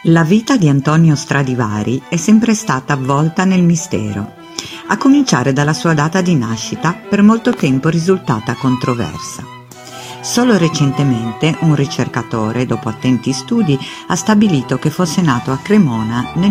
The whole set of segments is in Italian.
La vita di Antonio Stradivari è sempre stata avvolta nel mistero, a cominciare dalla sua data di nascita, per molto tempo risultata controversa. Solo recentemente un ricercatore, dopo attenti studi, ha stabilito che fosse nato a Cremona nel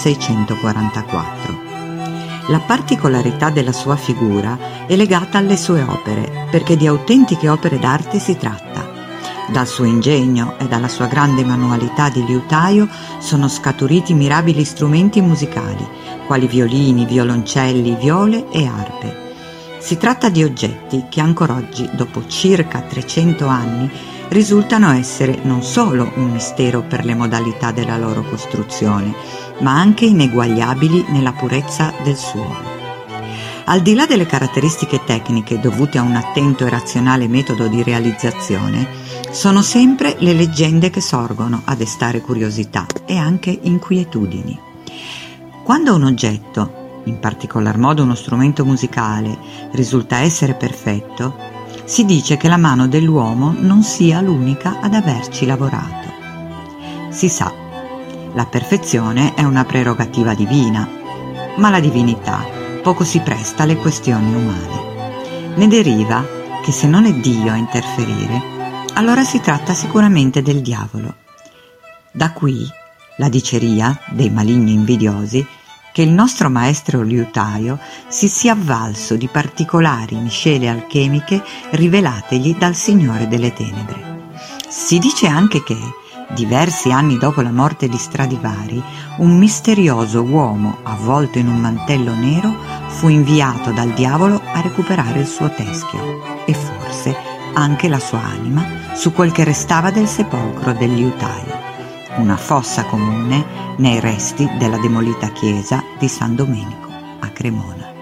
1644. La particolarità della sua figura è legata alle sue opere, perché di autentiche opere d'arte si tratta. Dal suo ingegno e dalla sua grande manualità di liutaio sono scaturiti mirabili strumenti musicali, quali violini, violoncelli, viole e arpe. Si tratta di oggetti che ancora oggi, dopo circa 300 anni, risultano essere non solo un mistero per le modalità della loro costruzione, ma anche ineguagliabili nella purezza del suono. Al di là delle caratteristiche tecniche dovute a un attento e razionale metodo di realizzazione, sono sempre le leggende che sorgono a destare curiosità e anche inquietudini. Quando un oggetto, in particolar modo uno strumento musicale, risulta essere perfetto, si dice che la mano dell'uomo non sia l'unica ad averci lavorato. Si sa, la perfezione è una prerogativa divina, ma la divinità poco si presta alle questioni umane. Ne deriva che se non è Dio a interferire, allora si tratta sicuramente del diavolo. Da qui la diceria dei maligni invidiosi che il nostro maestro liutaio si sia avvalso di particolari miscele alchemiche rivelategli dal Signore delle Tenebre. Si dice anche che, diversi anni dopo la morte di Stradivari, un misterioso uomo avvolto in un mantello nero fu inviato dal diavolo a recuperare il suo teschio e forse anche la sua anima su quel che restava del sepolcro del liutaio, una fossa comune nei resti della demolita chiesa di San Domenico a Cremona.